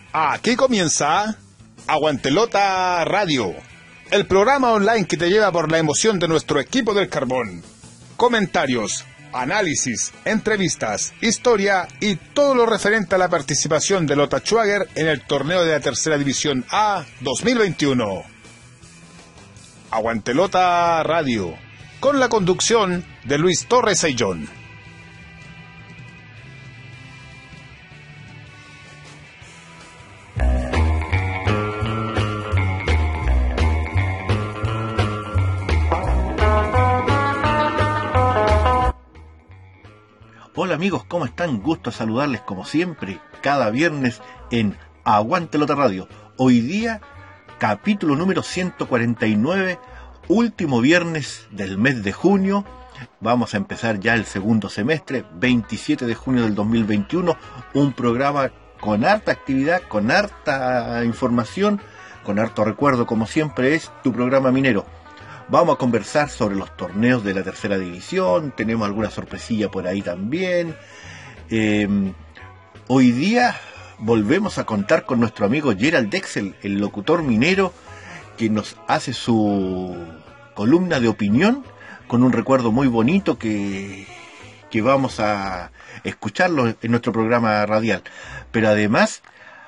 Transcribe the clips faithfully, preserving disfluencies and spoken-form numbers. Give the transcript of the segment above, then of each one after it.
Aquí comienza Aguantelota Radio, el programa online que te lleva por la emoción de nuestro equipo del carbón. Comentarios, análisis, entrevistas, historia y todo lo referente a la participación de Lota Schwager en el torneo de la Tercera División A dos mil veintiuno. Aguantelota Radio, con la conducción de Luis Torres Ayllón. Hola amigos, ¿cómo están? Gusto saludarles como siempre, cada viernes en Aguantelota Radio. Hoy día, capítulo número ciento cuarenta y nueve, último viernes del mes de junio. Vamos a empezar ya el segundo semestre, veintisiete de junio del dos mil veintiuno. Un programa con harta actividad, con harta información, con harto recuerdo, como siempre es tu programa minero. Vamos a conversar sobre los torneos de la tercera división, tenemos alguna sorpresilla por ahí también. Eh, hoy día volvemos a contar con nuestro amigo Gerald Dexel, el locutor minero, que nos hace su columna de opinión con un recuerdo muy bonito que, que vamos a escucharlo en nuestro programa radial. Pero además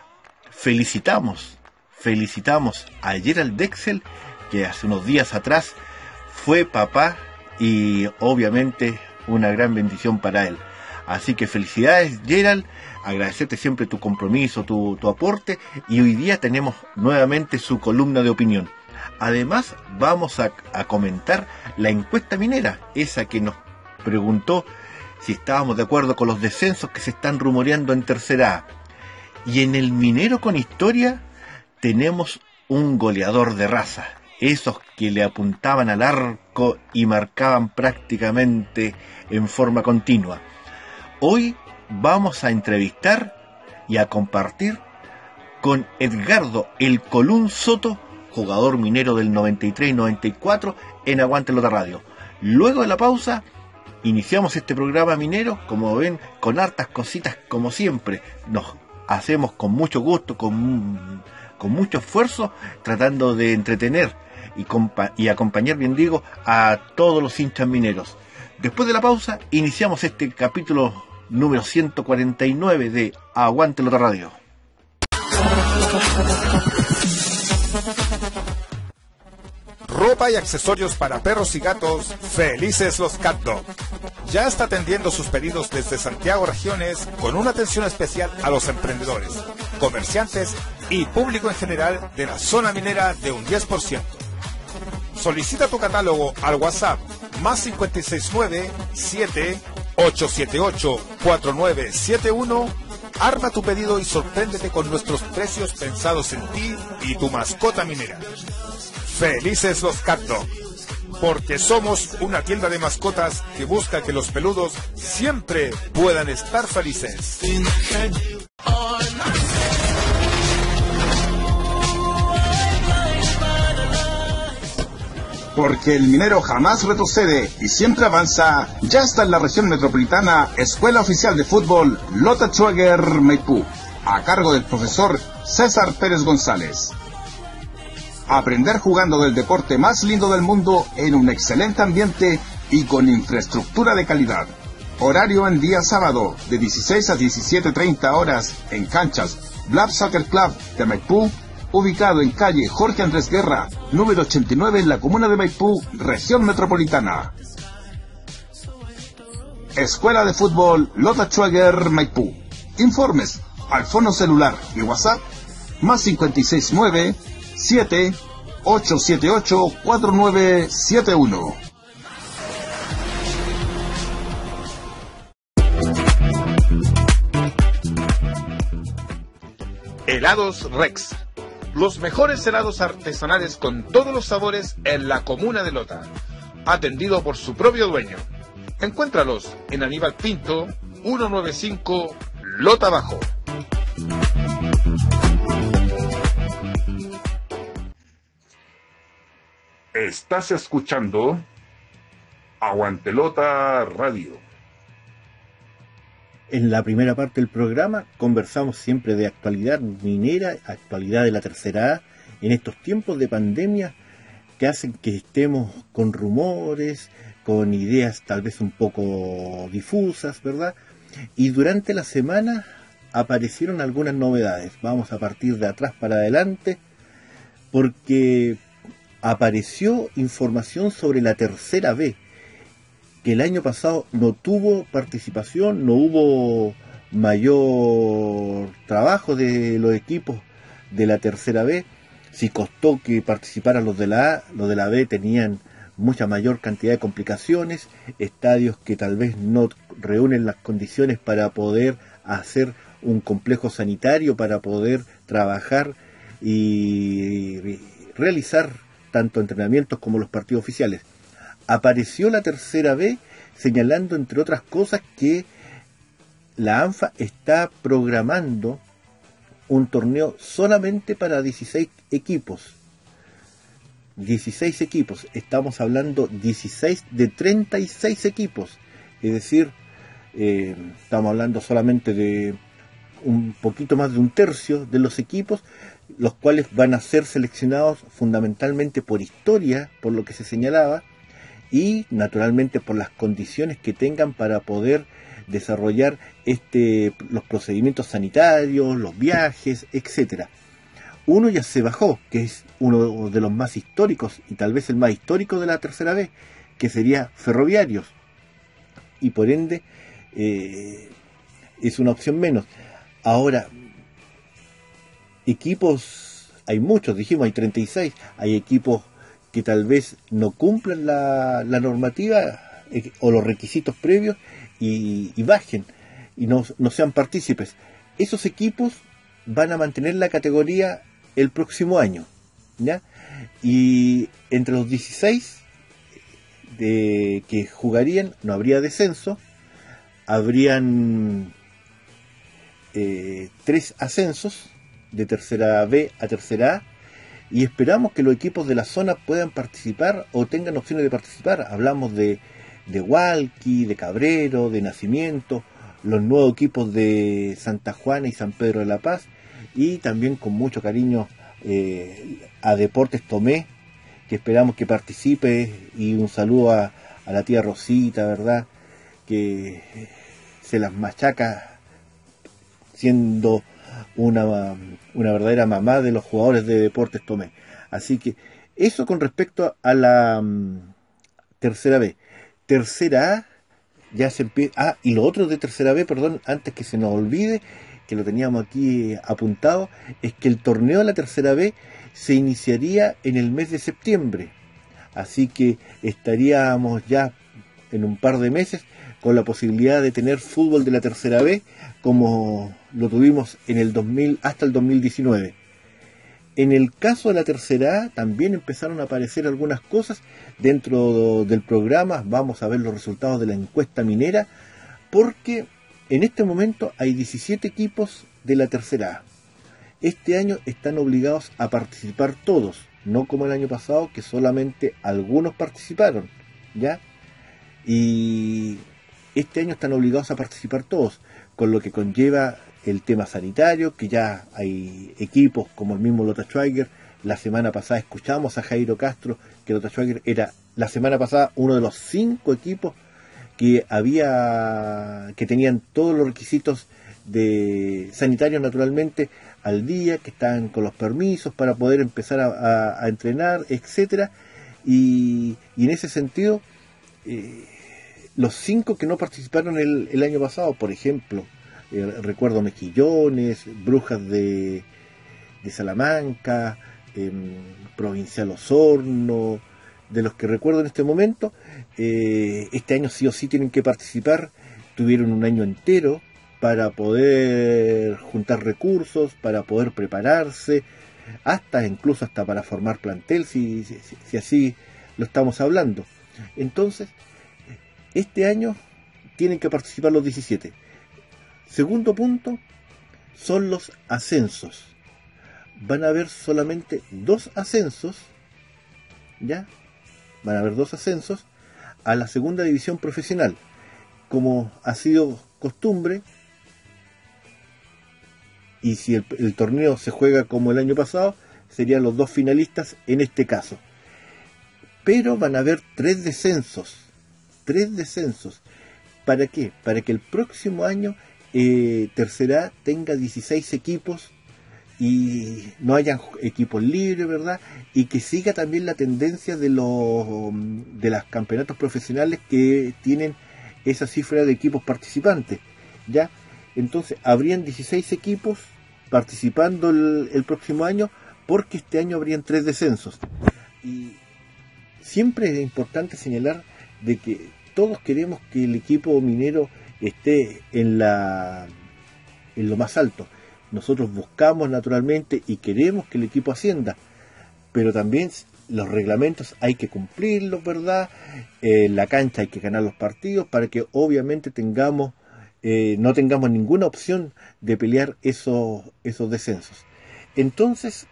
felicitamos, felicitamos a Gerald Dexel, que hace unos días atrás fue papá y obviamente una gran bendición para él. Así que felicidades, Gerald, agradecerte siempre tu compromiso, tu, tu aporte, y hoy día tenemos nuevamente su columna de opinión. Además vamos a, a comentar la encuesta minera, esa que nos preguntó si estábamos de acuerdo con los descensos que se están rumoreando en Tercera A. Y en el Minero con Historia tenemos un goleador de raza, esos que le apuntaban al arco y marcaban prácticamente en forma continua. Hoy vamos a entrevistar y a compartir con Edgardo El Colún Soto, jugador minero del noventa y tres y noventa y cuatro en Aguantelota Radio. Luego de la pausa iniciamos este programa minero, como ven, con hartas cositas como siempre. Nos hacemos con mucho gusto, con, con mucho esfuerzo, tratando de entretener y, compa- y acompañar, bien digo, a todos los hinchas mineros. Después de la pausa iniciamos este capítulo número ciento cuarenta y nueve de Aguantelota Radio. Ropa y accesorios para perros y gatos, Felices los Cat Dog. Ya está atendiendo sus pedidos desde Santiago Regiones, con una atención especial a los emprendedores, comerciantes y público en general de la zona minera de un diez por ciento. Solicita tu catálogo al WhatsApp más cinco seis nueve, siete ocho siete ocho, cuatro nueve siete uno. Arma tu pedido y sorpréndete con nuestros precios pensados en ti y tu mascota minera. Felices los Cat Dog, porque somos una tienda de mascotas que busca que los peludos siempre puedan estar felices. Porque el minero jamás retrocede y siempre avanza, ya está en la región metropolitana Escuela Oficial de Fútbol Lota Schwager Maipú, a cargo del profesor César Pérez González. Aprender jugando del deporte más lindo del mundo en un excelente ambiente y con infraestructura de calidad. Horario en día sábado de dieciséis a diecisiete treinta horas en canchas Blab Soccer Club de Maipú, ubicado en calle Jorge Andrés Guerra, número ochenta y nueve en la comuna de Maipú, región metropolitana. Escuela de Fútbol Lota Schwager Maipú. Informes al fono celular y WhatsApp más cinco seis nueve, siete ocho siete ocho, cuatro nueve siete uno. Helados Rex. Los mejores helados artesanales con todos los sabores en la comuna de Lota. Atendido por su propio dueño. Encuéntralos en Aníbal Pinto, ciento noventa y cinco, Lota Bajo. Estás escuchando Aguantelota Radio. En la primera parte del programa conversamos siempre de actualidad minera, actualidad de la tercera A, en estos tiempos de pandemia que hacen que estemos con rumores, con ideas tal vez un poco difusas, ¿verdad? Y durante la semana aparecieron algunas novedades. Vamos a partir de atrás para adelante, porque apareció información sobre la tercera B, que el año pasado no tuvo participación, no hubo mayor trabajo de los equipos de la tercera B. Si costó que participaran los de la A, los de la B tenían mucha mayor cantidad de complicaciones, estadios que tal vez no reúnen las condiciones para poder hacer un complejo sanitario, para poder trabajar y realizar tanto entrenamientos como los partidos oficiales. Apareció la tercera B señalando, entre otras cosas, que la ANFA está programando un torneo solamente para dieciséis equipos. dieciséis equipos, estamos hablando dieciséis de treinta y seis equipos, es decir, eh, estamos hablando solamente de un poquito más de un tercio de los equipos, los cuales van a ser seleccionados fundamentalmente por historia, por lo que se señalaba, y naturalmente por las condiciones que tengan para poder desarrollar este los procedimientos sanitarios, los viajes, etcétera. Uno ya se bajó, que es uno de los más históricos y tal vez el más histórico de la tercera B, que sería Ferroviarios, y por ende eh, es una opción menos. Ahora, equipos hay muchos, dijimos, hay treinta y seis, hay equipos que tal vez no cumplan la, la normativa eh, o los requisitos previos y, y bajen y no, no sean partícipes. Esos equipos van a mantener la categoría el próximo año, ¿ya? Y entre los dieciséis de, que jugarían no habría descenso, habrían eh, tres ascensos de tercera B a tercera A, y esperamos que los equipos de la zona puedan participar o tengan opciones de participar. Hablamos de, de Hualqui, de Cabrero, de Nacimiento, los nuevos equipos de Santa Juana y San Pedro de la Paz, y también con mucho cariño eh, a Deportes Tomé, que esperamos que participe, y un saludo a, a la tía Rosita, ¿verdad?, que se las machaca siendo una, una verdadera mamá de los jugadores de Deportes Tomé. Así que eso con respecto a la um, tercera B. Tercera A ya se empieza. Ah, y lo otro de tercera B, perdón, antes que se nos olvide, que lo teníamos aquí apuntado, es que el torneo de la tercera B se iniciaría en el mes de septiembre. Así que estaríamos ya en un par de meses con la posibilidad de tener fútbol de la tercera B como lo tuvimos en el dos mil hasta el dos mil diecinueve. En el caso de la tercera A también empezaron a aparecer algunas cosas dentro del programa. Vamos a ver los resultados de la encuesta minera, porque en este momento hay diecisiete equipos de la tercera A. Este año están obligados a participar todos, no como el año pasado, que solamente algunos participaron, ¿ya? Y este año están obligados a participar todos, con lo que conlleva el tema sanitario, que ya hay equipos como el mismo Lota Schwager. La semana pasada escuchamos a Jairo Castro que Lota Schwager era la semana pasada uno de los cinco equipos que había que tenían todos los requisitos de sanitarios naturalmente al día, que estaban con los permisos para poder empezar a, a, a entrenar, etcétera. Y, y en ese sentido, eh, los cinco que no participaron el, el año pasado, por ejemplo, eh, recuerdo Mejillones, Brujas de, de Salamanca, eh, Provincial Osorno, de los que recuerdo en este momento, eh, este año sí o sí tienen que participar. Tuvieron un año entero para poder juntar recursos, para poder prepararse, hasta incluso hasta para formar plantel, si, si, si así lo estamos hablando. Entonces, este año tienen que participar los diecisiete. Segundo punto, son los ascensos. Van a haber solamente dos ascensos, ¿ya? Van a haber dos ascensos a la segunda división profesional. Como ha sido costumbre, y si el, el torneo se juega como el año pasado, serían los dos finalistas en este caso. Pero van a haber tres descensos, tres descensos. ¿Para qué? Para que el próximo año eh, Tercera A tenga dieciséis equipos y no hayan equipos libres, ¿verdad? Y que siga también la tendencia de los de los campeonatos profesionales que tienen esa cifra de equipos participantes, ¿ya? Entonces habrían dieciséis equipos participando el, el próximo año, porque este año habrían tres descensos. Y siempre es importante señalar de que todos queremos que el equipo minero esté en la en lo más alto. Nosotros buscamos naturalmente y queremos que el equipo ascienda, pero también los reglamentos hay que cumplirlos, ¿verdad? En eh, la cancha hay que ganar los partidos para que obviamente tengamos eh, no tengamos ninguna opción de pelear esos, esos descensos. Entonces,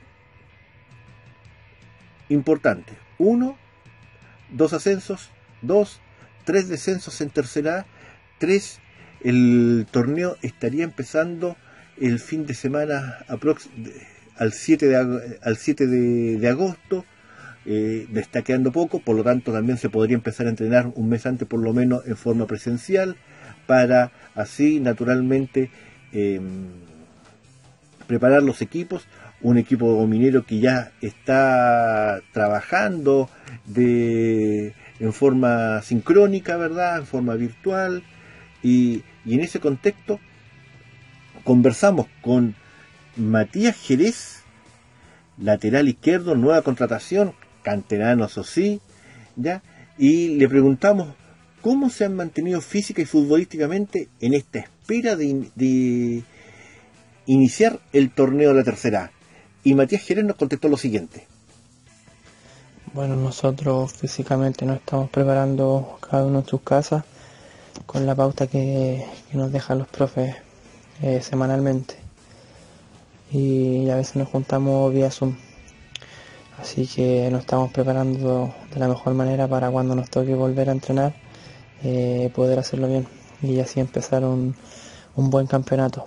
importante, uno, dos ascensos, dos, tres descensos en Tercera A, tres, el torneo estaría empezando el fin de semana aprox al siete de, al siete de, de agosto, eh, me está quedando poco, por lo tanto también se podría empezar a entrenar un mes antes por lo menos en forma presencial, para así naturalmente eh, preparar los equipos, un equipo minero que ya está trabajando de, en forma sincrónica, ¿verdad? En forma virtual, y, y en ese contexto conversamos con Matías Jerez, lateral izquierdo, nueva contratación, canterano eso sí, ¿ya? Y le preguntamos cómo se han mantenido física y futbolísticamente en esta espera de, de iniciar el torneo de la Tercera A. Y Matías Jerez nos contestó lo siguiente. Bueno, nosotros físicamente nos estamos preparando cada uno en sus casas con la pauta que, que nos dejan los profes eh, semanalmente, y a veces nos juntamos vía Zoom, así que nos estamos preparando de la mejor manera para cuando nos toque volver a entrenar eh, poder hacerlo bien y así empezar un, un buen campeonato.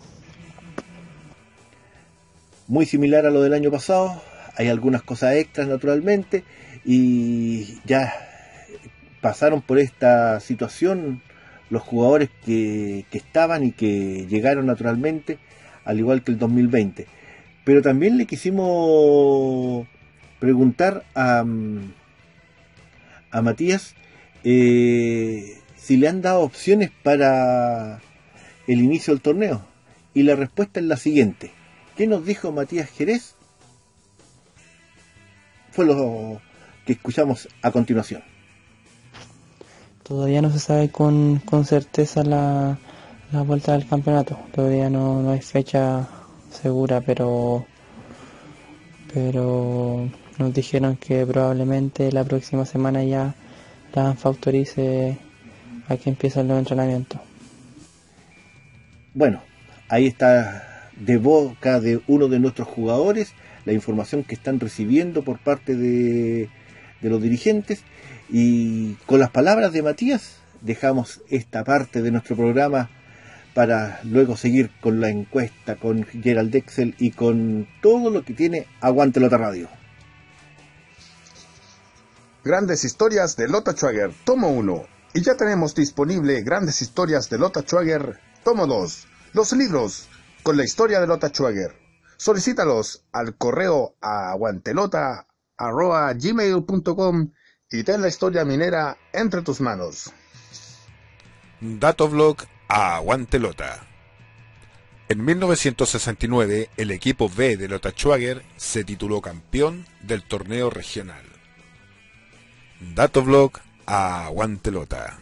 Muy similar a lo del año pasado, hay algunas cosas extras naturalmente, y ya pasaron por esta situación los jugadores que, que estaban y que llegaron naturalmente, al igual que el dos mil veinte. Pero también le quisimos preguntar a, a Matías eh, si le han dado opciones para el inicio del torneo. Y la respuesta es la siguiente. ¿Qué nos dijo Matías Jerez? Fue lo que escuchamos a continuación. Todavía no se sabe con, con certeza la, la vuelta del campeonato. Todavía no, no hay fecha segura, pero pero nos dijeron que probablemente la próxima semana ya la ANFA autorice a que empiecen los entrenamientos. Bueno, ahí está de boca de uno de nuestros jugadores la información que están recibiendo por parte de, de los dirigentes. Y con las palabras de Matías dejamos esta parte de nuestro programa para luego seguir con la encuesta, con Gerald Dexel y con todo lo que tiene Aguante Lota Radio. Grandes historias de Lota Schwager, tomo uno. Y ya tenemos disponible Grandes historias de Lota Schwager, tomo dos. Los libros con la historia de Lota Schwager. Solicítalos al correo a aguantelota arroba gmail punto com y ten la historia minera entre tus manos. Datoblog a Aguantelota. En mil novecientos sesenta y nueve, el equipo B de Lota Schwager se tituló campeón del torneo regional. Datoblog a Aguantelota.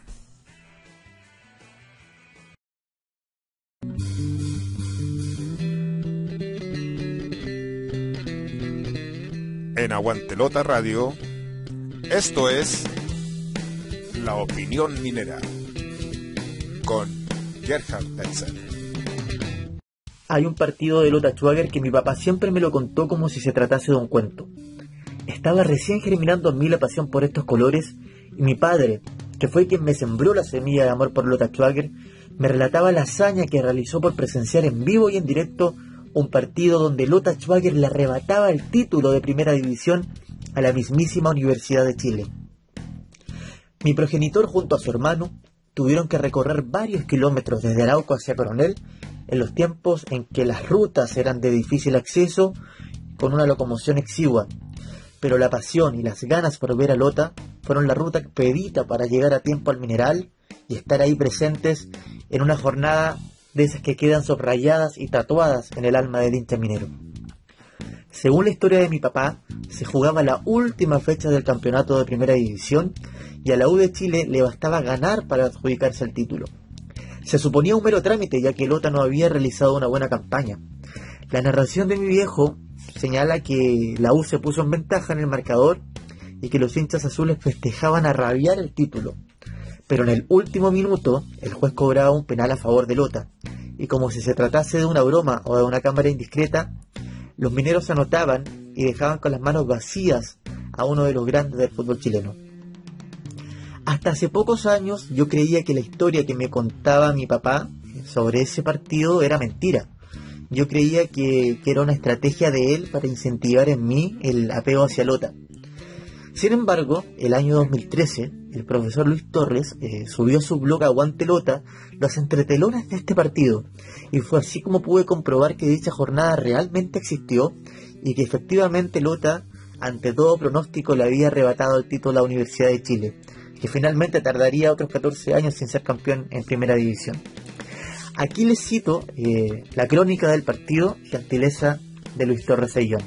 En Aguantelota Radio, esto es La Opinión Minera, con Gerhard Betzel. Hay un partido de Lota Schwager que mi papá siempre me lo contó como si se tratase de un cuento. Estaba recién germinando en mí la pasión por estos colores, y mi padre, que fue quien me sembró la semilla de amor por Lota Schwager, me relataba la hazaña que realizó por presenciar en vivo y en directo un partido donde Lota Schwager le arrebataba el título de Primera División a la mismísima Universidad de Chile. Mi progenitor junto a su hermano tuvieron que recorrer varios kilómetros desde Arauco hacia Coronel en los tiempos en que las rutas eran de difícil acceso con una locomoción exigua, pero la pasión y las ganas por ver a Lota fueron la ruta expedita para llegar a tiempo al Mineral y estar ahí presentes en una jornada de esas que quedan subrayadas y tatuadas en el alma del hincha minero. Según la historia de mi papá, se jugaba la última fecha del campeonato de Primera División y a la U de Chile le bastaba ganar para adjudicarse el título. Se suponía un mero trámite, ya que Lota no había realizado una buena campaña. La narración de mi viejo señala que la U se puso en ventaja en el marcador y que los hinchas azules festejaban a rabiar el título. Pero en el último minuto, el juez cobraba un penal a favor de Lota, y como si se tratase de una broma o de una cámara indiscreta, los mineros anotaban y dejaban con las manos vacías a uno de los grandes del fútbol chileno. Hasta hace pocos años yo creía que la historia que me contaba mi papá sobre ese partido era mentira. Yo creía que, que era una estrategia de él para incentivar en mí el apego hacia Lota. Sin embargo, el año dos mil trece, el profesor Luis Torres eh, subió a su blog Aguante Lota los entretelones de este partido, y fue así como pude comprobar que dicha jornada realmente existió y que efectivamente Lota, ante todo pronóstico, le había arrebatado el título a la Universidad de Chile, que finalmente tardaría otros catorce años sin ser campeón en Primera División. Aquí les cito eh, la crónica del partido, gentileza de Luis Torres Ayllón.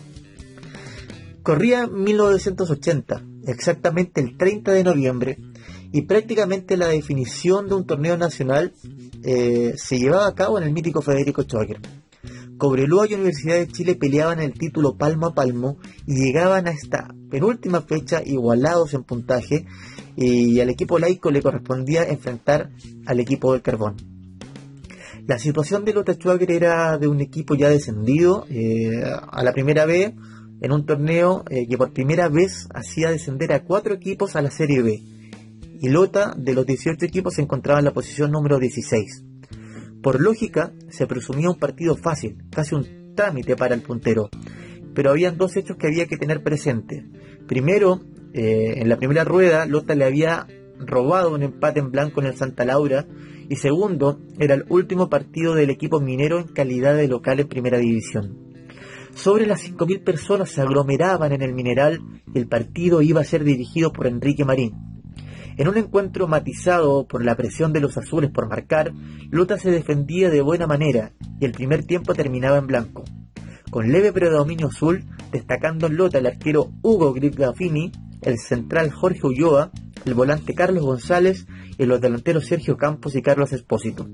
Corría mil novecientos ochenta, exactamente el treinta de noviembre, y prácticamente la definición de un torneo nacional eh, se llevaba a cabo en el mítico Federico Schwager. Cobreloa y Universidad de Chile peleaban el título palmo a palmo y llegaban a esta penúltima fecha igualados en puntaje, y al equipo laico le correspondía enfrentar al equipo del Carbón. La situación de Lota Schwager era de un equipo ya descendido eh, a la primera B, en un torneo eh, que por primera vez hacía descender a cuatro equipos a la Serie B, y Lota, de los dieciocho equipos, se encontraba en la posición número dieciséis. Por lógica, se presumía un partido fácil, casi un trámite para el puntero, pero habían dos hechos que había que tener presente. Primero, eh, en la primera rueda, Lota le había robado un empate en blanco en el Santa Laura, y segundo, era el último partido del equipo minero en calidad de local en Primera División. Sobre las cinco mil personas se aglomeraban en el Mineral y el partido iba a ser dirigido por Enrique Marín. En un encuentro matizado por la presión de los azules por marcar, Lota se defendía de buena manera y el primer tiempo terminaba en blanco, con leve predominio azul, destacando en Lota el arquero Hugo Griffini, el central Jorge Ulloa, el volante Carlos González y los delanteros Sergio Campos y Carlos Espósito.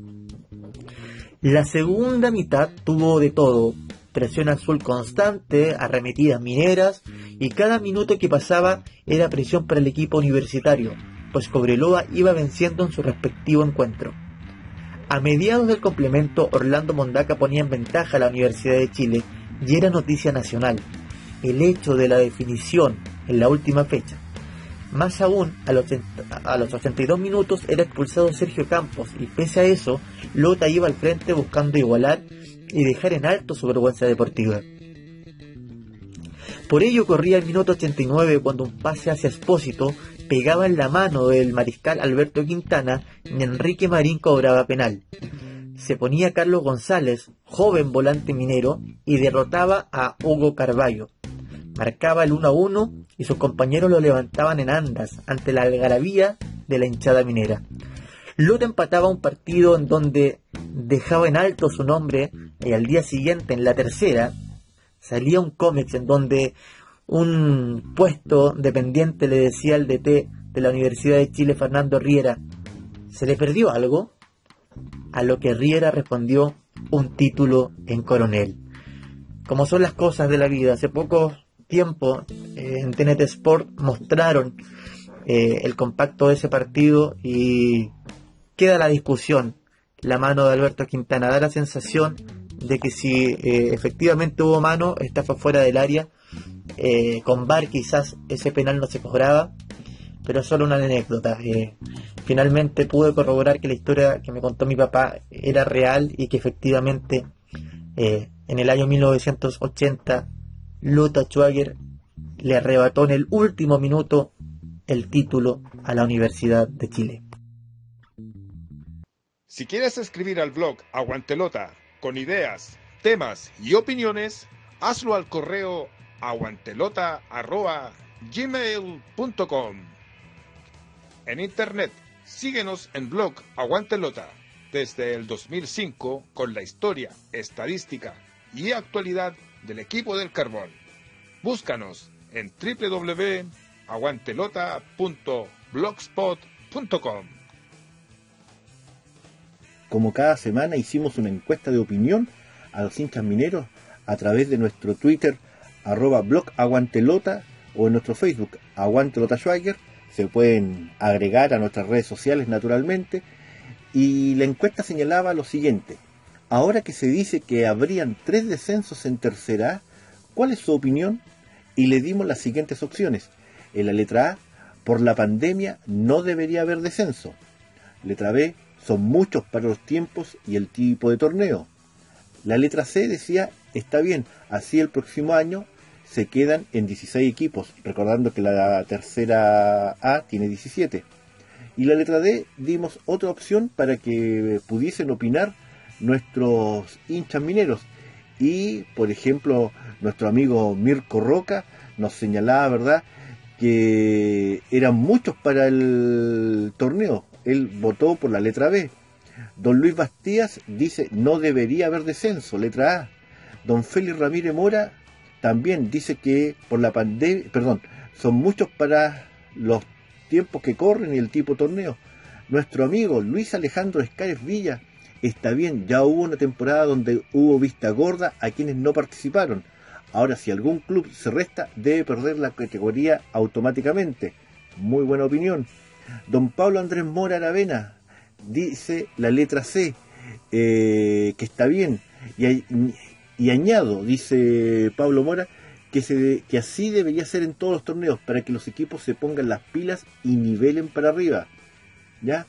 La segunda mitad tuvo de todo: presión azul constante, arremetidas mineras, y cada minuto que pasaba era presión para el equipo universitario, pues Cobreloa iba venciendo en su respectivo encuentro. A mediados del complemento, Orlando Mondaca ponía en ventaja a la Universidad de Chile, y era noticia nacional el hecho de la definición en la última fecha. Más aún, a los, ochenta, a los ochenta y dos minutos era expulsado Sergio Campos, y pese a eso, Lota iba al frente buscando igualar y dejar en alto su vergüenza deportiva. Por ello corría el minuto ochenta y nueve cuando un pase hacia Espósito pegaba en la mano del mariscal Alberto Quintana y Enrique Marín cobraba penal. Se ponía Carlos González, joven volante minero, y derrotaba a Hugo Carballo. Marcaba el uno a uno y sus compañeros lo levantaban en andas ante la algarabía de la hinchada minera. Lota empataba un partido en donde dejaba en alto su nombre, y al día siguiente, en la tercera, salía un cómic en donde un puesto dependiente le decía al D T de la Universidad de Chile, Fernando Riera: ¿se le perdió algo? A lo que Riera respondió: un título en Coronel. Como son las cosas de la vida, hace poco tiempo eh, en T N T Sport mostraron eh, el compacto de ese partido y queda la discusión. La mano de Alberto Quintana da la sensación de que si eh, efectivamente hubo mano, esta fue fuera del área. Eh, con V A R quizás ese penal no se cobraba, pero es solo una anécdota. Eh, finalmente pude corroborar que la historia que me contó mi papá era real y que efectivamente eh, en el año mil novecientos ochenta, Lota Schwager le arrebató en el último minuto el título a la Universidad de Chile. Si quieres escribir al blog Aguantelota con ideas, temas y opiniones, hazlo al correo aguantelota arroba gmail punto com. En internet, síguenos en blog Aguantelota desde el dos mil cinco con la historia, estadística y actualidad del equipo del carbón. Búscanos en doble u doble u doble u punto aguantelota punto blogspot punto com. Como cada semana hicimos una encuesta de opinión a los hinchas mineros a través de nuestro Twitter arroba blog aguantelota o en nuestro Facebook Aguantelota Schwager. Se pueden agregar a nuestras redes sociales naturalmente, y la encuesta señalaba lo siguiente: ahora que se dice que habrían tres descensos en tercera A, ¿cuál es su opinión? Y le dimos las siguientes opciones. En la letra A, por la pandemia no debería haber descenso. Letra B, son muchos para los tiempos y el tipo de torneo. La letra C decía, está bien, así el próximo año se quedan en dieciséis equipos, recordando que la tercera A tiene diecisiete. Y la letra D dimos otra opción para que pudiesen opinar nuestros hinchas mineros. Y, por ejemplo, nuestro amigo Mirko Roca nos señalaba, ¿verdad?, que eran muchos para el torneo. Él votó por la letra B. Don Luis Bastías dice, no debería haber descenso, letra A. Don Félix Ramírez Mora también dice que por la pandemia, perdón, son muchos para los tiempos que corren y el tipo torneo. Nuestro amigo Luis Alejandro Escáez Villa, está bien, ya hubo una temporada donde hubo vista gorda a quienes no participaron. Ahora, si algún club se resta, debe perder la categoría automáticamente. Muy buena opinión. Don Pablo Andrés Mora Aravena dice la letra C, eh, que está bien. Y, y añado, dice Pablo Mora, que, se, que así debería ser en todos los torneos, para que los equipos se pongan las pilas y nivelen para arriba. ¿Ya?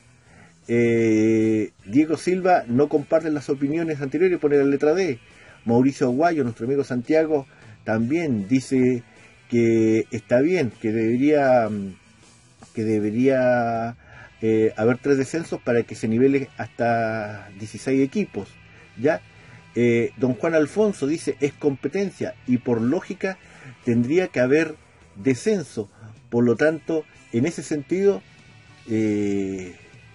Eh, Diego Silva no comparte las opiniones anteriores y pone la letra D. Mauricio Aguayo, nuestro amigo Santiago, también dice que está bien, que debería que debería eh, haber tres descensos para que se nivele hasta dieciséis equipos. ¿Ya? Eh, don Juan Alfonso dice, es competencia y por lógica tendría que haber descenso. Por lo tanto, en ese sentido, eh,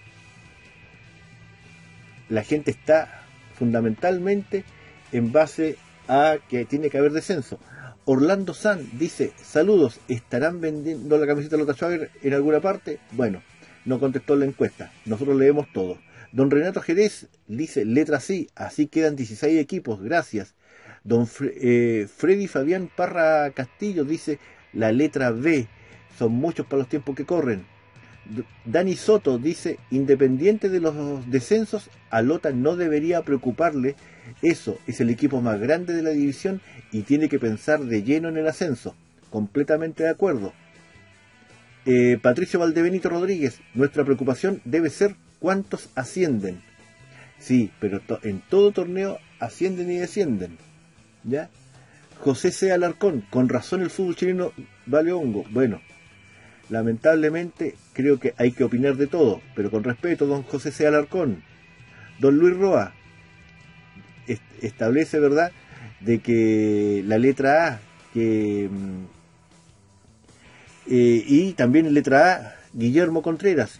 la gente está fundamentalmente en base a que tiene que haber descenso. Orlando San dice, saludos, ¿estarán vendiendo la camiseta de Lota Schwager en alguna parte? Bueno, no contestó la encuesta, nosotros leemos todo. Don Renato Jerez dice, letra C, así quedan dieciséis equipos, gracias. Don Fre eh, Freddy Fabián Parra Castillo dice, la letra B, son muchos para los tiempos que corren. Dani Soto dice, independiente de los descensos, a Lota no debería preocuparle eso, es el equipo más grande de la división y tiene que pensar de lleno en el ascenso. Completamente de acuerdo. eh, Patricio Valdebenito Rodríguez, nuestra preocupación debe ser cuántos ascienden. Sí, pero to en todo torneo ascienden y descienden. ¿Ya? José C. Alarcón, con razón el fútbol chileno vale hongo. Bueno, lamentablemente creo que hay que opinar de todo, pero con respeto, don José C. Alarcón. Don Luis Roa est establece, ¿verdad?, de que la letra A, que eh, y también en letra A, Guillermo Contreras.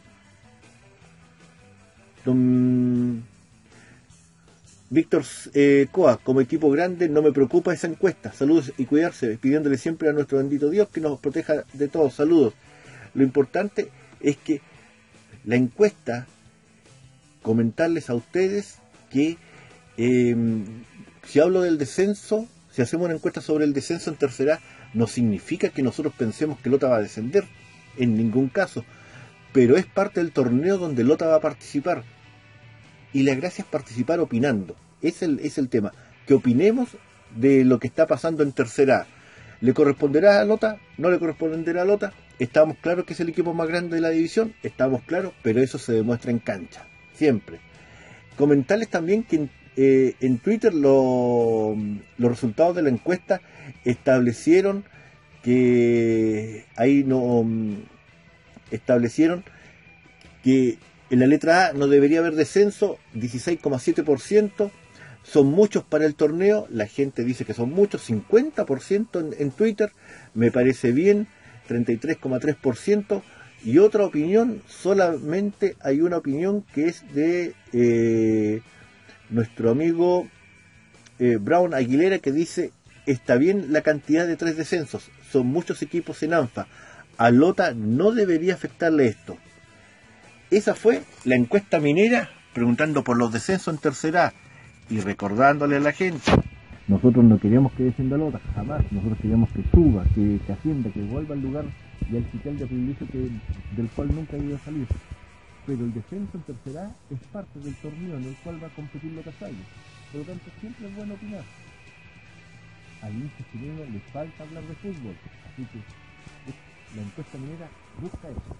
Don Víctor eh, Coa, como equipo grande no me preocupa esa encuesta. Saludos y cuidarse, pidiéndole siempre a nuestro bendito Dios que nos proteja de todos. Saludos. Lo importante es que la encuesta, comentarles a ustedes que eh, si hablo del descenso, si hacemos una encuesta sobre el descenso en tercera, no significa que nosotros pensemos que Lota va a descender, en ningún caso, pero es parte del torneo donde Lota va a participar. Y la gracia es participar opinando. Es el, es el tema. Que opinemos de lo que está pasando en tercera A. ¿Le corresponderá a Lota? ¿No le corresponderá a Lota? Estamos claros que es el equipo más grande de la división. Estamos claros, pero eso se demuestra en cancha. Siempre. Comentarles también que en, eh, en Twitter lo, los resultados de la encuesta establecieron que ahí no establecieron que en la letra A no debería haber descenso, dieciséis coma siete por ciento. Son muchos para el torneo, la gente dice que son muchos, cincuenta por ciento en, en Twitter, me parece bien, treinta y tres coma tres por ciento. Y otra opinión, solamente hay una opinión que es de eh, nuestro amigo eh, Brown Aguilera, que dice: está bien la cantidad de tres descensos, son muchos equipos en ANFA, a Lota no debería afectarle esto. Esa fue la encuesta minera, preguntando por los descensos en tercera A y recordándole a la gente: nosotros no queremos que descienda Lota, jamás, nosotros queremos que suba, que, que ascienda, que vuelva al lugar y al sitial de privilegio que, del cual nunca ha ido a salir. Pero el descenso en tercera A es parte del torneo en el cual va a competir Lota Schwager. Por lo tanto, siempre es bueno opinar. Al hincha chileno le falta hablar de fútbol, así que la encuesta minera busca eso.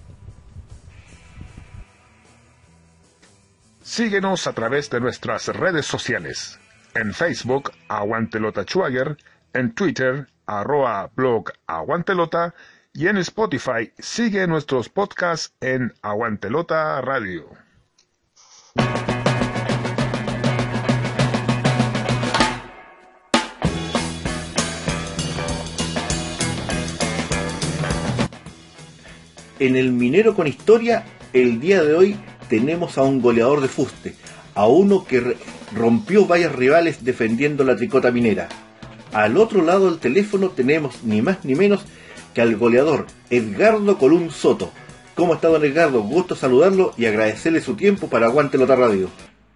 Síguenos a través de nuestras redes sociales. En Facebook, Aguante Lota Schwager, en Twitter, arroba blog Aguantelota, y en Spotify sigue nuestros podcasts en Aguantelota Radio. En el Minero con Historia, el día de hoy tenemos a un goleador de fuste, a uno que re- rompió vallas rivales defendiendo la tricota minera. Al otro lado del teléfono tenemos ni más ni menos que al goleador Edgardo Colún Soto. ¿Cómo está, don Edgardo? Gusto saludarlo y agradecerle su tiempo para Aguante Lota Radio.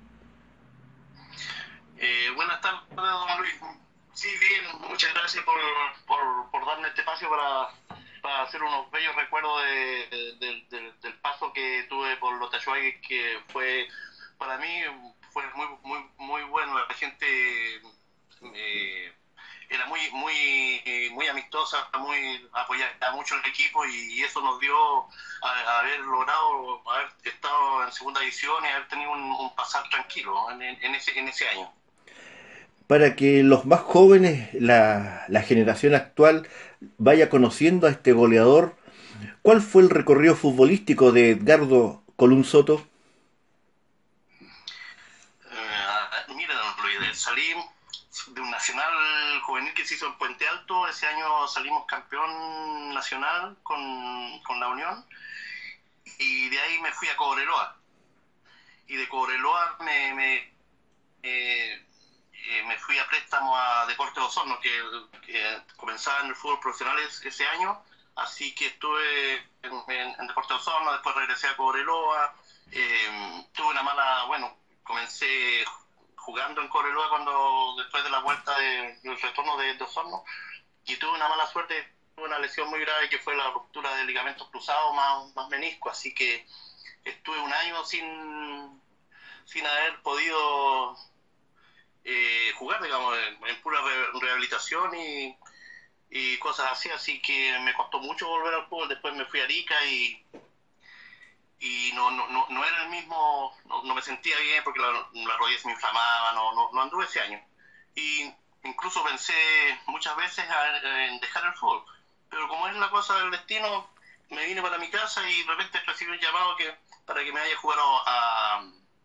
Eh, buenas tardes, don Luis. Sí, bien, muchas gracias por, por, por darme este espacio para, para hacer unos bellos recuerdos de, de, de, de, del paso que tuve por Lota Schwager, que fue, para mí, fue muy muy muy bueno. La gente eh, era muy muy muy amistosa, muy apoyaba mucho el equipo, y, y eso nos dio a, a haber logrado haber estado en segunda división y haber tenido un, un pasar tranquilo en, en ese en ese año. Para que los más jóvenes, la, la generación actual, vaya conociendo a este goleador, ¿cuál fue el recorrido futbolístico de Edgardo Colún Soto? Uh, mira, don Luis, salí de un nacional juvenil que se hizo en Puente Alto. Ese año salimos campeón nacional con, con la Unión, y de ahí me fui a Cobreloa, y de Cobreloa me, me eh, eh, me fui a préstamo a Deportes Osorno, que, que comenzaba en el fútbol profesional ese año, así que estuve en, en, en Deportes Osorno, después regresé a Cobreloa. Eh, tuve una mala, bueno, comencé jugando en Cobreloa cuando después de la vuelta de, del retorno de, de Osorno, y tuve una mala suerte, tuve una lesión muy grave que fue la ruptura de ligamentos cruzados más, más menisco, así que estuve un año sin, sin haber podido eh, jugar, digamos, en, en pura re, rehabilitación y, y cosas así, así que me costó mucho volver al fútbol. Después me fui a Arica y y no no no, no era el mismo, no, no me sentía bien porque la, la rodilla se me inflamaba, no, no, no anduve ese año, y incluso pensé muchas veces a, en dejar el fútbol, pero como es la cosa del destino, me vine para mi casa y de repente recibí un llamado que para que me haya jugado a,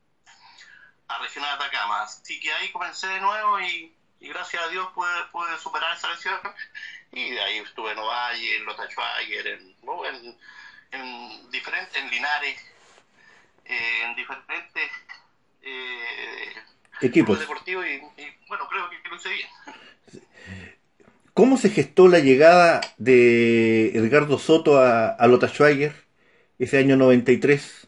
a Regional de Atacama, así que ahí comencé de nuevo y, y gracias a Dios pude, pude superar esa lesión, y de ahí estuve en Ovalle, en Lota Schwager, en, ¿no? en en diferentes, en Linares, eh, en diferentes eh, equipos deportivos, y, y bueno, creo que lo hice bien. ¿Cómo se gestó la llegada de Edgardo Soto a, a Lota Schwager ese año noventa y tres?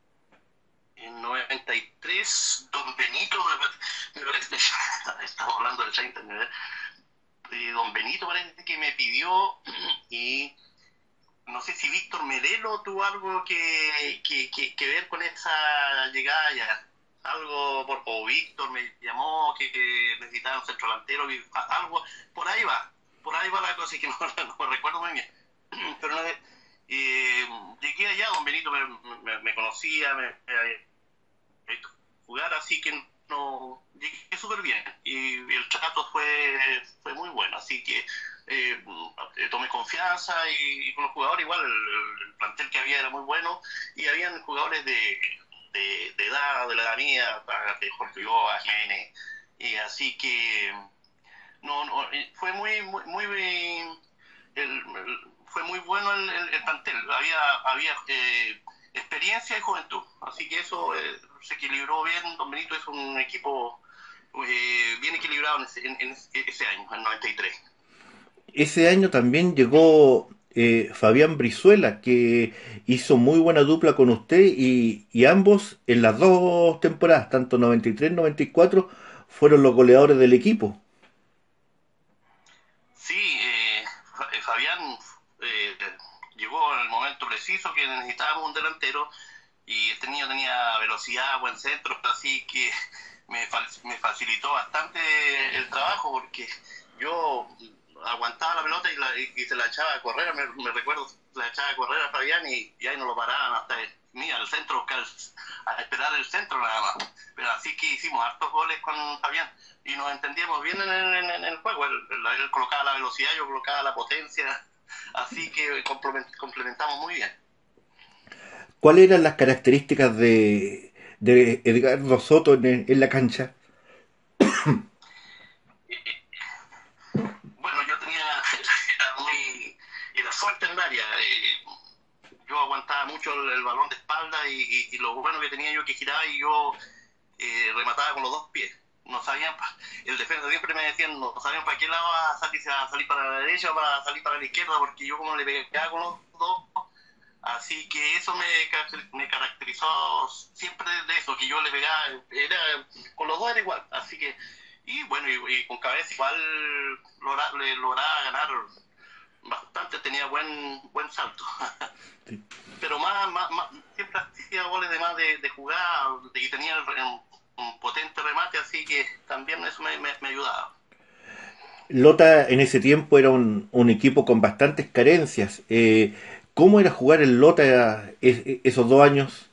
En noventa y tres, don Benito, me parece, estamos hablando del treinta, eh, don Benito parece que me pidió, y no sé si Víctor Merelo tuvo algo que, que, que, que ver con esa llegada ya. Algo, por, o Víctor me llamó que, que necesitaba un centro delantero, algo, por ahí va, por ahí va la cosa, y que no, no me recuerdo muy bien. Pero no, eh, llegué allá, don Benito me, me, me conocía, me, me, me jugar, así que no, llegué súper bien y el trato fue, fue muy bueno, así que eh, tomé confianza y, y con los jugadores igual, el, el plantel que había era muy bueno y habían jugadores de, de, de edad, de la edad mía, de Jorge Ulloa, Jiménez, y así que no, no fue muy, muy, muy el, el, fue muy bueno el, el, el plantel, había, había eh, experiencia y juventud, así que eso eh, se equilibró bien. Don Benito es un equipo eh, bien equilibrado en ese, en, en ese año, en noventa y tres. Ese año también llegó eh, Fabián Brizuela, que hizo muy buena dupla con usted y, y ambos en las dos temporadas, tanto noventa y tres noventa y cuatro, fueron los goleadores del equipo. Sí, eh, Fabián eh, llegó en el momento preciso que necesitábamos un delantero y este niño tenía velocidad, buen centro, así que me, me facilitó bastante el trabajo porque yo aguantaba la pelota y, la, y, y se la echaba a correr, me, me recuerdo, se la echaba a correr a Fabián y, y ahí no lo paraban hasta mira, el centro, a esperar el centro nada más. Pero así que hicimos hartos goles con Fabián y nos entendíamos bien en el, en, en el juego. Él, él, él colocaba la velocidad, yo colocaba la potencia, así que complementamos muy bien. ¿Cuáles eran las características de, de Edgardo Soto en, en la cancha? Bueno, yo tenía, era muy, era fuerte en el área, eh, yo aguantaba mucho el, el balón de espalda y, y, y lo bueno que tenía yo que giraba y yo eh, remataba con los dos pies. No sabían, el defensa siempre me decían, no sabían para qué lado va a salir, si va a salir para la derecha o para salir para la izquierda, porque yo como le pegaba con los dos, así que eso me, me caracterizó siempre de eso, que yo le pegaba, era, con los dos era igual, así que, y bueno, y, y con cabeza igual lograba, le lograba ganar bastante, tenía buen buen salto. Sí. Pero más, más, más, siempre hacía goles de más de, de jugar y tenía el, un, un potente remate, así que también eso me, me, me ayudaba. Lota en ese tiempo era un, un equipo con bastantes carencias. Eh, ¿Cómo era jugar en Lota es, esos dos años?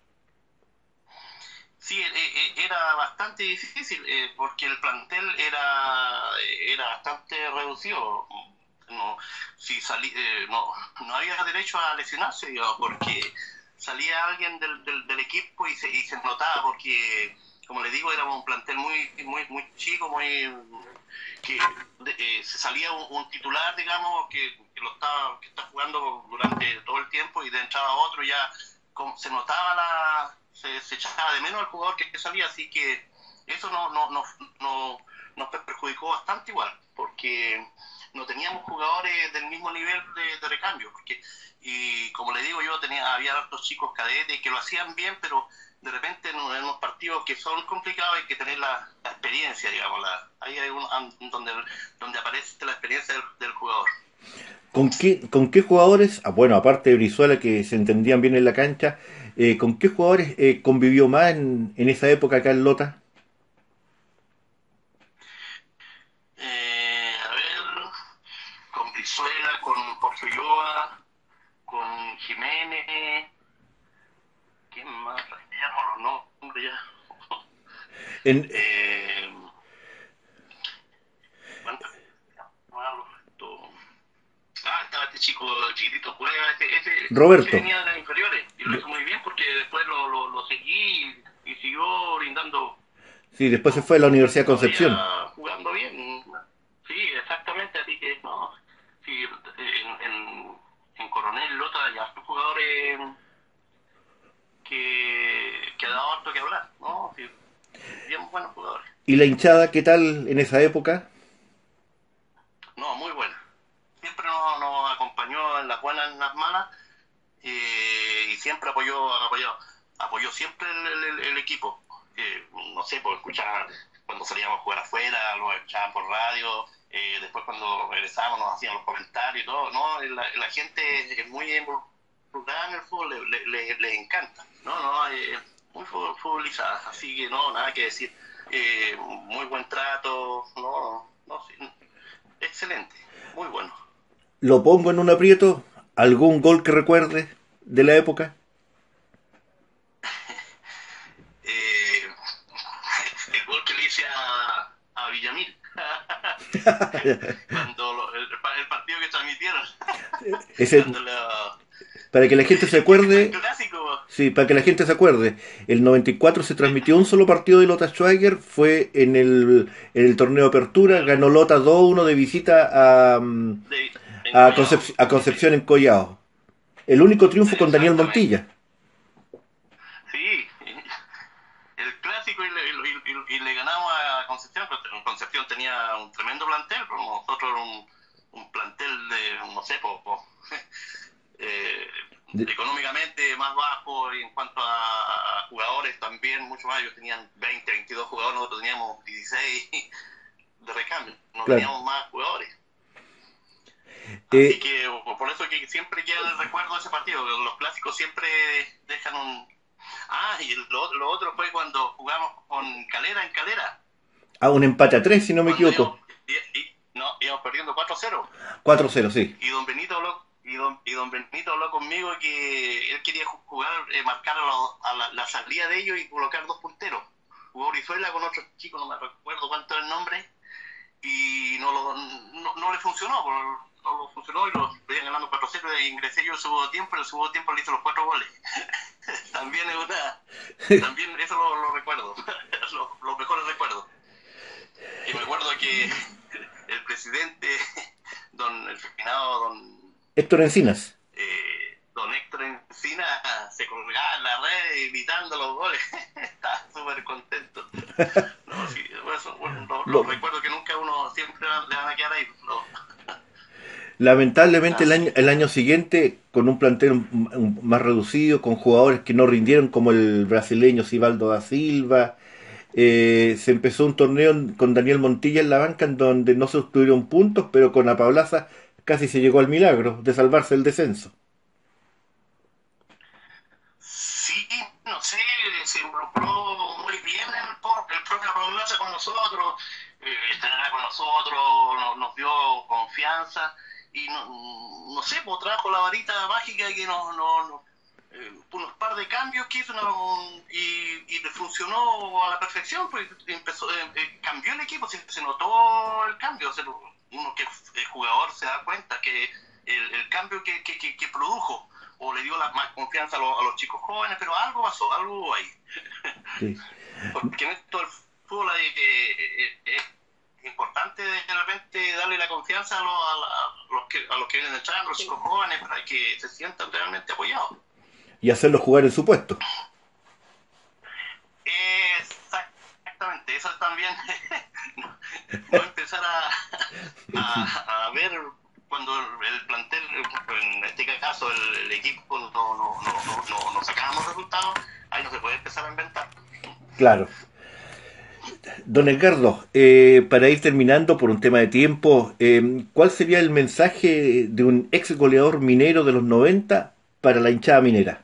Sí, era bastante difícil eh, porque el plantel era, era bastante reducido. No, si salí, eh, no, no había derecho a lesionarse, digamos, porque salía alguien del, del, del equipo y se, y se notaba, porque, como les digo, era un plantel muy muy muy chico, muy que eh, se salía un, un titular, digamos, que, que lo estaba que está jugando durante todo el tiempo y de entraba otro, ya como, se notaba la se, se echaba de menos al jugador que, que salía, así que eso no no no no nos perjudicó bastante igual, porque no teníamos jugadores del mismo nivel de, de recambio, porque y como le digo yo, tenía había otros chicos cadetes que lo hacían bien, pero de repente en, en unos partidos que son complicados hay que tener la, la experiencia, digamos, la, ahí hay un donde, donde aparece la experiencia del, del jugador. ¿Con qué, ¿Con qué jugadores, ah, bueno, aparte de Brizuela que se entendían bien en la cancha, eh, con qué jugadores eh, convivió más en, en esa época acá en Lota? Con Brizuela, con Jorge Ulloa, con Jiménez, ¿quién más? Ya no los nombres ya. En... Eh, bueno, esto... Ah, estaba este chico chiquitito, pues, ese, ese, Roberto. ese venía de las inferiores y lo hizo muy bien porque después lo, lo, lo seguí y, y siguió brindando. Sí, después se fue a la Universidad de Concepción. Jugando bien, sí, exactamente, así que no. Sí, en, en, en Coronel Lota hay hartos jugadores que, que ha dado harto que hablar, ¿no? Sí, bien buenos jugadores. ¿Y la hinchada qué tal en esa época? No, muy buena. Siempre nos, nos acompañó en las buenas y en las malas eh, y siempre apoyó, apoyó, apoyó siempre el, el, el equipo. Eh, no sé, por escuchar cuando salíamos a jugar afuera, lo escuchaban por radio. Eh, después cuando regresábamos nos hacían los comentarios y todo, ¿no? La, la gente es muy involucrada en el fútbol, les le, le, le encanta, ¿no? no eh, muy futbolizada, así que no, nada que decir. Eh, muy buen trato, no, no, sí, excelente, muy bueno. ¿Lo pongo en un aprieto? ¿Algún gol que recuerde de la época? eh, Cuando lo, el, el partido que transmitieron. Ese, la, para que la gente se acuerde. El clásico. Sí, para que la gente se acuerde. El noventa y cuatro se transmitió un solo partido de Lota Schwager, fue en el, en el torneo de apertura, ganó Lota dos uno de visita a, De, a, Concep- a Concepción en Collao. El único triunfo con Daniel Montilla. Sí, el clásico y le, y, y, y le ganamos a Concepción, pero Concepción tenía un tremendo plantel, pero nosotros un, un plantel de, no sé, po, po, eh, de... económicamente más bajo y en cuanto a, a jugadores también, mucho más. Ellos tenían veinte, veintidós jugadores, nosotros teníamos dieciséis de recambio, no claro. teníamos más jugadores. Así eh, que por eso que siempre queda el recuerdo de ese partido, los clásicos siempre dejan un... Ah, y lo, lo otro fue cuando jugamos con Calera en Calera. Ah, un empate a tres, si no me cuando equivoco. Íbamos, y, y, no, íbamos perdiendo cuatro cero. cuatro cero, sí. Y don Benito habló, y don, y don Benito habló conmigo que él quería jugar, eh, marcar a, lo, a la, la salida de ellos y colocar dos punteros. Jugó Brizuela con otro chico, no me recuerdo cuánto es el nombre, y no, lo, no, no le funcionó, por, no lo funcionó y lo veían ganando cuatro cero y ingresé yo el segundo tiempo y el segundo tiempo le hice los cuatro goles. También es una... También eso lo, lo recuerdo, los, los mejores recuerdos. Y me acuerdo que el presidente, don, el finado don... Héctor Encinas. Eh, don Héctor Encinas se colgaba en la red gritando los goles. Estaba súper contento. No, sí, eso, bueno, lo, lo, lo recuerdo que nunca uno siempre le van a quedar ahí. No. Lamentablemente el año, el año siguiente, con un plantel más reducido, con jugadores que no rindieron, como el brasileño Sivaldo da Silva, eh, se empezó un torneo con Daniel Montilla en la banca, en donde no se obtuvieron puntos, pero con Apablaza casi se llegó al milagro de salvarse el descenso. Sí, no sé, se involucró muy bien el, el propio Apablaza con nosotros, eh, estará con nosotros, nos, nos dio confianza. Y no, no sé, pues trajo la varita mágica que nos, nos, nos eh, unos par de cambios que hizo no, y, y le funcionó a la perfección, pues empezó, eh, eh, cambió el equipo, se, se notó el cambio, o sea, uno que el jugador se da cuenta que el, el cambio que, que, que, que produjo, o le dio la más confianza a, lo, a los chicos jóvenes, pero algo pasó, algo hubo ahí. Sí. Porque en esto del fútbol hay que... Eh, eh, importante de repente darle la confianza a los, a los, que, a los que vienen entrando, a los chicos jóvenes, para que se sientan realmente apoyados. Y hacerlos jugar en su puesto. Exactamente, eso también. no, no empezar a, a, a ver cuando el plantel, en este caso el, el equipo, no, no, no, no, no, no sacábamos resultados, ahí no se puede empezar a inventar. Claro. Don Edgardo, eh, para ir terminando por un tema de tiempo, eh, ¿cuál sería el mensaje de un ex goleador minero de los noventa para la hinchada minera?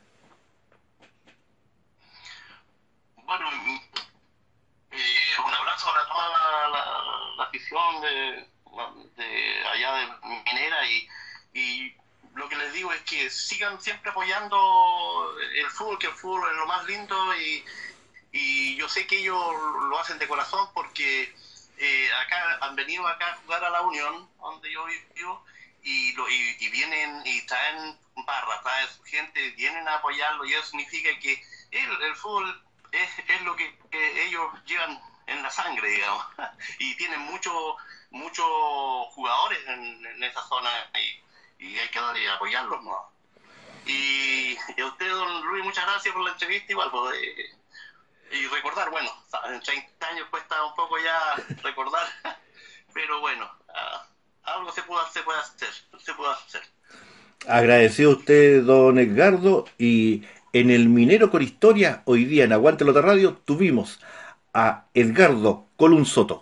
Bueno, eh, un abrazo para toda la, la, la afición de, de allá de Minera y, y lo que les digo es que sigan siempre apoyando el fútbol, que el fútbol es lo más lindo y Y yo sé que ellos lo hacen de corazón porque eh, acá han venido acá a jugar a la Unión, donde yo vivo, y, lo, y, y vienen y traen barra, traen su gente, vienen a apoyarlo, y eso significa que el, el fútbol es, es lo que, que ellos llevan en la sangre, digamos, y tienen muchos muchos jugadores en, en esa zona, y, y hay que darle, apoyarlos, ¿no? Y, y a usted, don Luis, muchas gracias por la entrevista, igual, pues, eh, y recordar, bueno, en treinta años cuesta un poco ya recordar, pero bueno, uh, algo se puede, se puede hacer, se puede hacer. Agradecido a usted, don Edgardo, y en el Minero con Historia, hoy día en Aguante Lota Radio, tuvimos a Edgardo Colún Soto.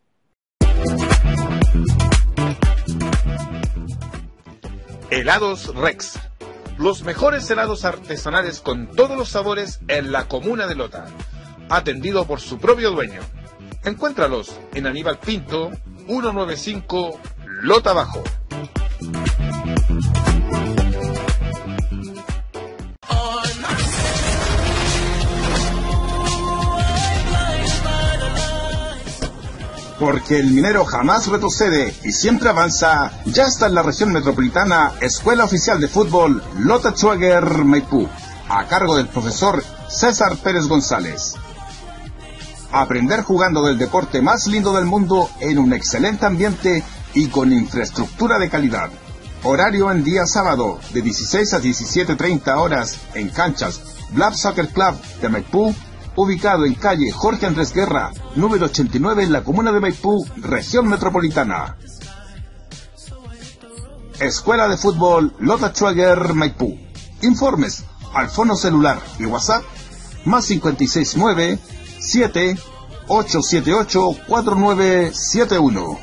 Helados Rex. Los mejores helados artesanales con todos los sabores en la comuna de Lota. Atendido por su propio dueño. Encuéntralos en Aníbal Pinto, ciento noventa y cinco, Lota Bajo. Porque el minero jamás retrocede y siempre avanza. Ya está en la región metropolitana Escuela Oficial de Fútbol Lota Schwager Maipú, a cargo del profesor César Pérez González. Aprender jugando del deporte más lindo del mundo en un excelente ambiente y con infraestructura de calidad. Horario en día sábado de dieciséis a diecisiete treinta horas en canchas Blab Soccer Club de Maipú, ubicado en calle Jorge Andrés Guerra, número ochenta y nueve en la comuna de Maipú, región metropolitana. Escuela de Fútbol Lota Schwager Maipú. Informes al fono celular y WhatsApp más cincuenta y seis nueve siete ocho siete ocho cuatro nueve siete uno.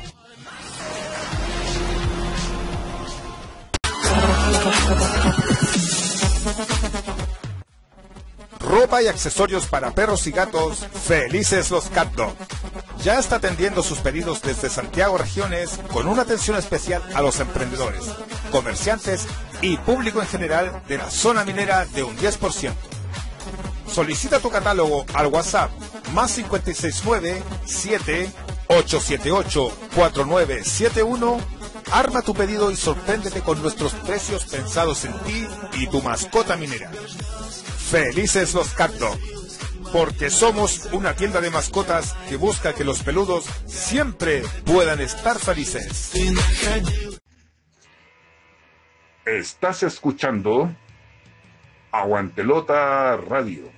Ropa y accesorios para perros y gatos, Felices los Cat Dog. Ya está atendiendo sus pedidos desde Santiago Regiones con una atención especial a los emprendedores, comerciantes y público en general de la zona minera de un diez por ciento. Solicita tu catálogo al WhatsApp más cincuenta y seis nueve siete ocho siete ocho cuatro nueve siete uno. Arma tu pedido y sorpréndete con nuestros precios pensados en ti y tu mascota minera. Felices los Cat Dog, porque somos una tienda de mascotas que busca que los peludos siempre puedan estar felices. Estás escuchando Aguantelota Radio.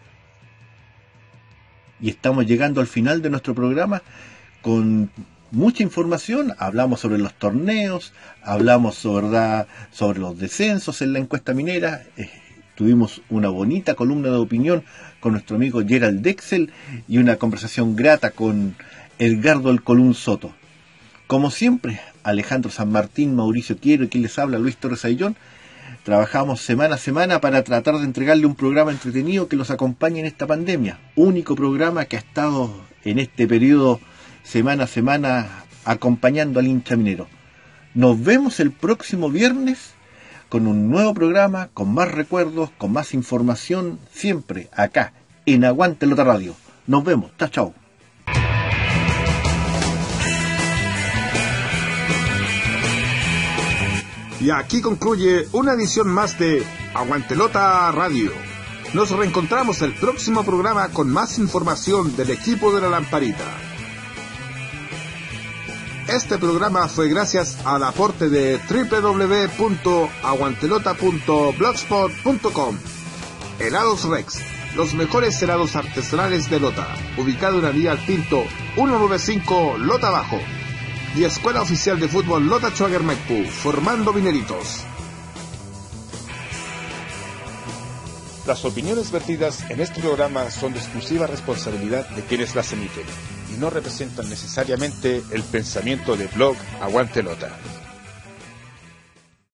Y estamos llegando al final de nuestro programa con mucha información. Hablamos sobre los torneos, hablamos sobre, sobre los descensos en la encuesta minera. Eh, tuvimos una bonita columna de opinión con nuestro amigo Gerald Dexel y una conversación grata con Edgardo El Colún Soto. Como siempre, Alejandro San Martín, Mauricio Quiero y quien les habla, Luis Torres Ayllón, trabajamos semana a semana para tratar de entregarle un programa entretenido que los acompañe en esta pandemia. Único programa que ha estado en este periodo semana a semana acompañando al hincha minero. Nos vemos el próximo viernes con un nuevo programa, con más recuerdos, con más información, siempre acá en Aguantelota Radio. Nos vemos, chao, chao. Y aquí concluye una edición más de Aguantelota Radio. Nos reencontramos el próximo programa con más información del equipo de la Lamparita. Este programa fue gracias al aporte de doble u doble u doble u punto aguantelota punto blogspot punto com. Helados Rex, los mejores helados artesanales de Lota, ubicado en la vía Pinto ciento noventa y cinco Lota Bajo. Y Escuela Oficial de Fútbol Lota Schwager Maipú, formando mineritos. Las opiniones vertidas en este programa son de exclusiva responsabilidad de quienes las emiten y no representan necesariamente el pensamiento de Blog Aguante Lota.